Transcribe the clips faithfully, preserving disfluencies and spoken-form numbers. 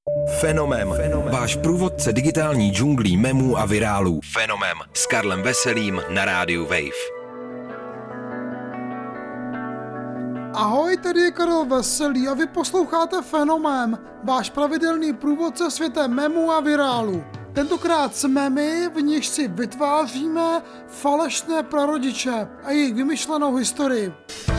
Fenomem. Fenomem. Váš průvodce digitální džunglí memů a virálů. Fenomem. S Karlem Veselým na rádiu Wave. Ahoj, tady je Karel Veselý a vy posloucháte Fenomem, váš pravidelný průvodce světem memů a virálů. Tentokrát s memy, v nichž si vytváříme falešné prarodiče a jejich vymyšlenou historii.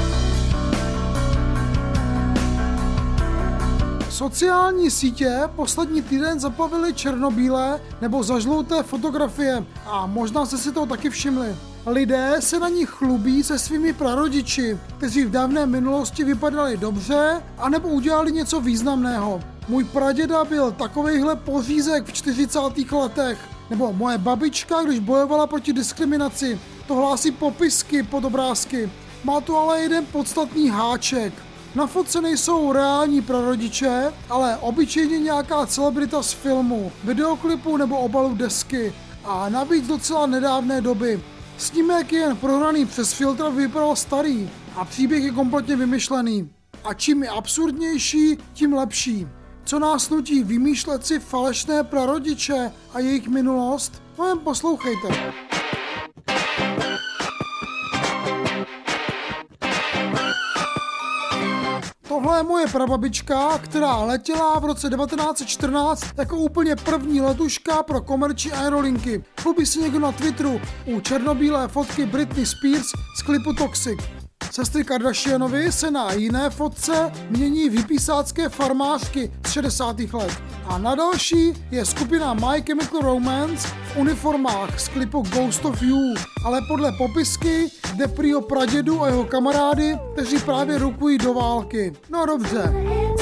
Sociální sítě poslední týden zaplavily černobílé nebo zažlouté fotografie a možná jste si toho taky všimli. Lidé se na nich chlubí se svými prarodiči, kteří v dávné minulosti vypadali dobře anebo udělali něco významného. Můj praděda byl takovejhle pořízek v čtyřicátých letech, nebo moje babička, když bojovala proti diskriminaci. To hlásí popisky pod obrázky. Má tu ale jeden podstatný háček. Na fotce nejsou reální prarodiče, ale obyčejně nějaká celebrita z filmu, videoklipu nebo obalu desky. A navíc docela nedávné doby. Snímek je jen prohraný přes filtr, vypadal starý a příběh je kompletně vymyšlený. A čím je absurdnější, tím lepší. Co nás nutí vymýšlet si falešné prarodiče a jejich minulost? No jen poslouchejte. Tohle je moje prababička, která letěla v roce devatenáct set čtrnáct jako úplně první letuška pro komerční aerolinky. Chlubí si někdo na Twitteru u černobílé fotky Britney Spears z klipu Toxic. Sestry Kardashianovi se na jiné fotce mění vypísácké farmářky z šedesátých let. A na další je skupina My Chemical Romance v uniformách z klipu Ghost of You, ale podle popisky jde prý o pradědu a jeho kamarády, kteří právě rukují do války. No dobře.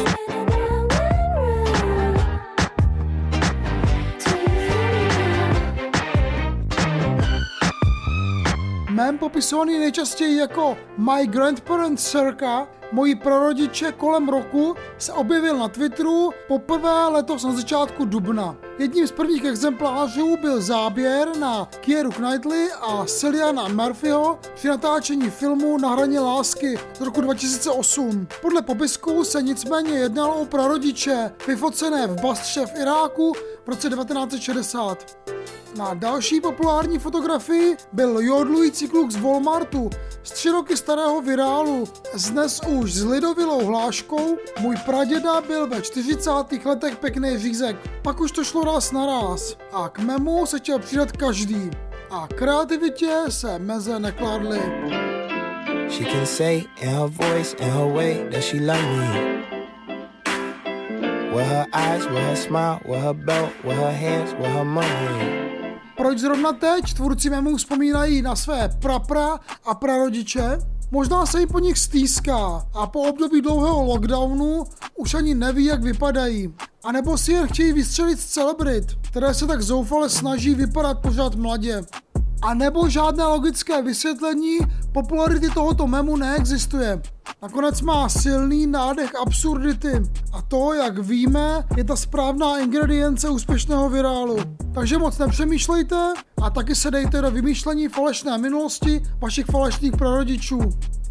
Mém popisovaný nejčastěji jako My Grandparents Circa, moji prarodiče kolem roku, se objevil na Twitteru poprvé letos na začátku dubna. Jedním z prvních exemplářů byl záběr na Keiru Knightley a Cilliana Murphyho při natáčení filmu Na hraně lásky z roku dva tisíce osm. Podle popisku se nicméně jednalo o prarodiče, vyfocené v Basře v Iráku v roce devatenáct set šedesát. Na další populární fotografii byl jodlující kluk z Walmartu z tři roky starého virálu s dnes už zlidovilou hláškou Můj praděda byl ve čtyřicátých letech pěkný řízek. Pak už to šlo ráz na ráz a k memu se chtěl přidat každý. A kreativitě se meze nekládly. She can say in her voice, in her way that she love me. With her eyes, with her smile, with her belt, with her hands, with her money. Proč zrovna teď tvůrci memů vzpomínají na své prapra a prarodiče? Možná se jim po nich stýská a po období dlouhého lockdownu už ani neví, jak vypadají. A nebo si jen chtějí vystřelit z celebrit, které se tak zoufale snaží vypadat pořád mladě. A nebo žádné logické vysvětlení popularity tohoto memu neexistuje. Nakonec má silný nádech absurdity. A to, jak víme, je ta správná ingredience úspěšného virálu. Takže moc nepřemýšlejte a taky se dejte do vymýšlení falešné minulosti vašich falešných prarodičů.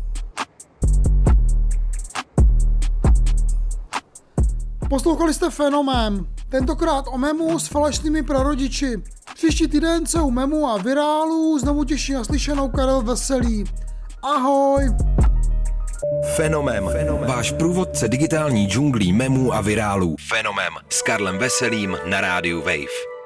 Poslouchali jste Fenomén, tentokrát o memu s falešnými prarodiči. Příští týden se u memu a virálů znovu těší naslyšenou Karel Veselý. Ahoj! Fenomem. Fenomem. Váš průvodce digitální džunglí memů a virálů. Fenomem. S Karlem Veselým na rádiu Wave.